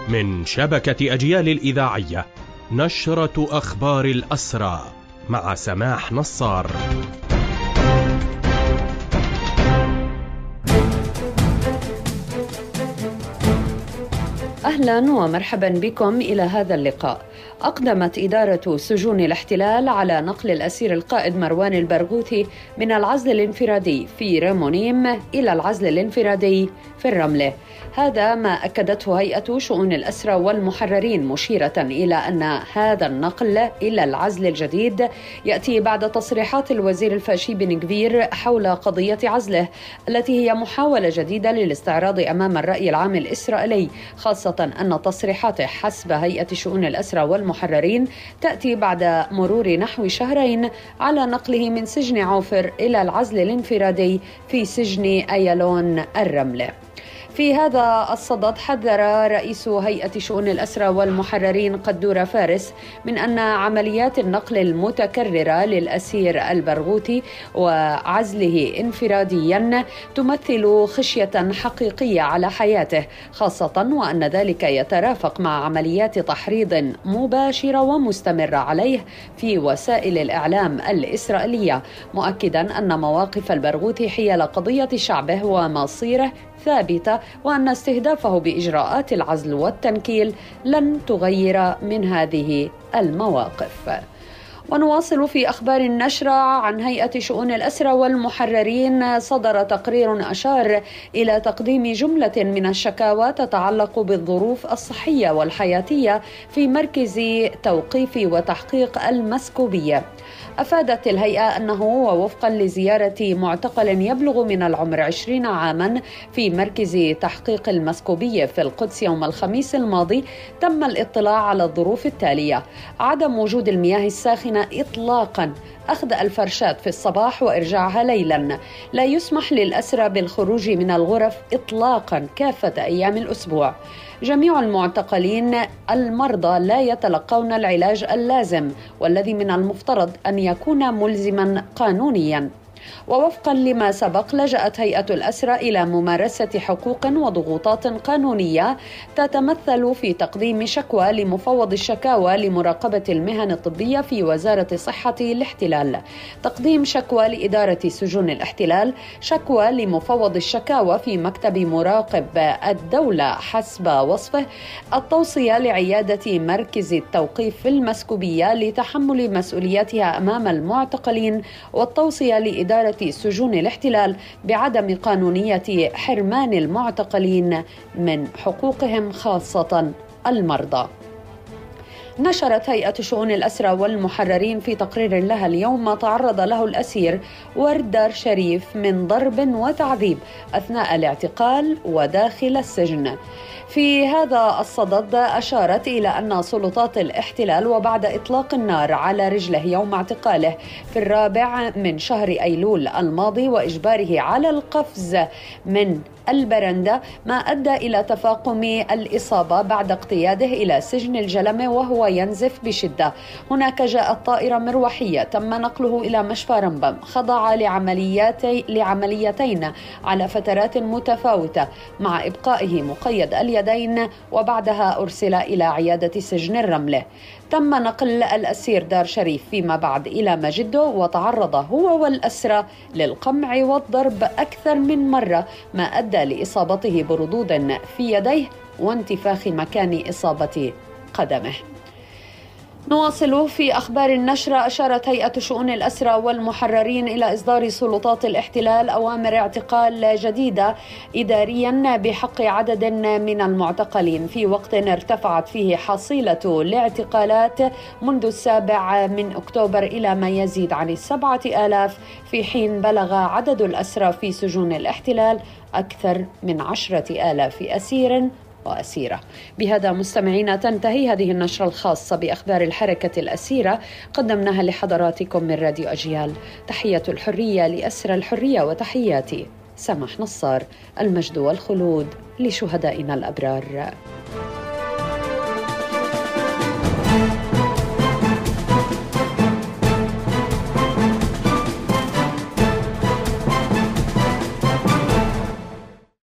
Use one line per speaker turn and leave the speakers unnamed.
من شبكة أجيال الإذاعية، نشرة أخبار الأسرى مع سماح نصار.
أهلا ومرحبا بكم إلى هذا اللقاء. أقدمت إدارة سجون الاحتلال على نقل الأسير القائد مروان البرغوثي من العزل الانفرادي في ريمونيم إلى العزل الانفرادي في الرملة. هذا ما أكدته هيئة شؤون الأسرى والمحررين، مشيرة إلى أن هذا النقل إلى العزل الجديد يأتي بعد تصريحات الوزير الفاشي بن كبير حول قضية عزله، التي هي محاولة جديدة للاستعراض أمام الرأي العام الإسرائيلي، خاصة أن تصريحاته حسب هيئة شؤون الأسرى والمحررين تأتي بعد مرور نحو شهرين على نقله من سجن عوفر إلى العزل الانفرادي في سجن أيالون الرملة. في هذا الصدد حذر رئيس هيئة شؤون الأسرى والمحررين قدورة فارس من أن عمليات النقل المتكررة للأسير البرغوثي وعزله انفراديا تمثل خشية حقيقية على حياته، خاصة وأن ذلك يترافق مع عمليات تحريض مباشرة ومستمرة عليه في وسائل الإعلام الإسرائيلية، مؤكدا أن مواقف البرغوثي حيال قضية شعبه ومصيره ثابتة، وأن استهدافه بإجراءات العزل والتنكيل لن تغير من هذه المواقف. ونواصل في أخبار النشرة عن هيئة شؤون الأسرى والمحررين. صدر تقرير أشار إلى تقديم جملة من الشكاوى تتعلق بالظروف الصحية والحياتية في مركز توقيف وتحقيق المسكوبية. أفادت الهيئة أنه ووفقا لزيارة معتقل يبلغ من العمر 20 عاما في مركز تحقيق المسكوبية في القدس يوم الخميس الماضي، تم الاطلاع على الظروف التالية: عدم وجود المياه الساخنة إطلاقا، أخذ الفرشات في الصباح وإرجاعها ليلا، لا يسمح للأسرى بالخروج من الغرف إطلاقا كافة أيام الأسبوع، جميع المعتقلين المرضى لا يتلقون العلاج اللازم والذي من المفترض أن يكون ملزما قانونيا. ووفقا لما سبق، لجأت هيئة الأسرى إلى ممارسة حقوق وضغوطات قانونية تتمثل في تقديم شكوى لمفوض الشكاوى لمراقبة المهن الطبية في وزارة صحة الاحتلال، تقديم شكوى لإدارة سجون الاحتلال، شكوى لمفوض الشكاوى في مكتب مراقب الدولة حسب وصفه، التوصية لعيادة مركز التوقيف في المسكوبية لتحمل مسؤولياتها أمام المعتقلين، والتوصية لإدارة سجون الاحتلال بعدم قانونية حرمان المعتقلين من حقوقهم خاصة المرضى. نشرت هيئة شؤون الأسرى والمحررين في تقرير لها اليوم ما تعرض له الأسير ورد دار شريف من ضرب وتعذيب أثناء الاعتقال وداخل السجن. في هذا الصدد أشارت إلى أن سلطات الاحتلال وبعد إطلاق النار على رجله يوم اعتقاله في 4 من شهر أيلول الماضي وإجباره على القفز من البرندة، ما أدى إلى تفاقم الإصابة بعد اقتياده إلى سجن الجلمة وهو ينزف بشدة. هناك جاءت طائرة مروحية تم نقله إلى مشفى رمبم، خضع لعمليتين على فترات متفاوتة مع إبقائه مقيد اليدين، وبعدها أرسل إلى عيادة سجن الرملة. تم نقل الأسير دار شريف فيما بعد إلى مجده، وتعرض هو والأسرى للقمع والضرب أكثر من مرة، ما أدى لإصابته بردود في يديه وانتفاخ مكان إصابة قدمه. نواصل في أخبار النشرة. أشارت هيئة شؤون الأسرى والمحررين إلى إصدار سلطات الاحتلال أوامر اعتقال جديدة إداريا بحق عدد من المعتقلين في وقت ارتفعت فيه حصيلة الاعتقالات منذ 7 من أكتوبر إلى ما يزيد عن 7,000، في حين بلغ عدد الأسرى في سجون الاحتلال أكثر من 10,000 أسير وأسيرة. بهذا مستمعينا تنتهي هذه النشرة الخاصة بأخبار الحركة الأسيرة، قدمناها لحضراتكم من راديو أجيال. تحية الحرية لأسرى الحرية، وتحياتي سماح نصار. المجد والخلود لشهدائنا الأبرار.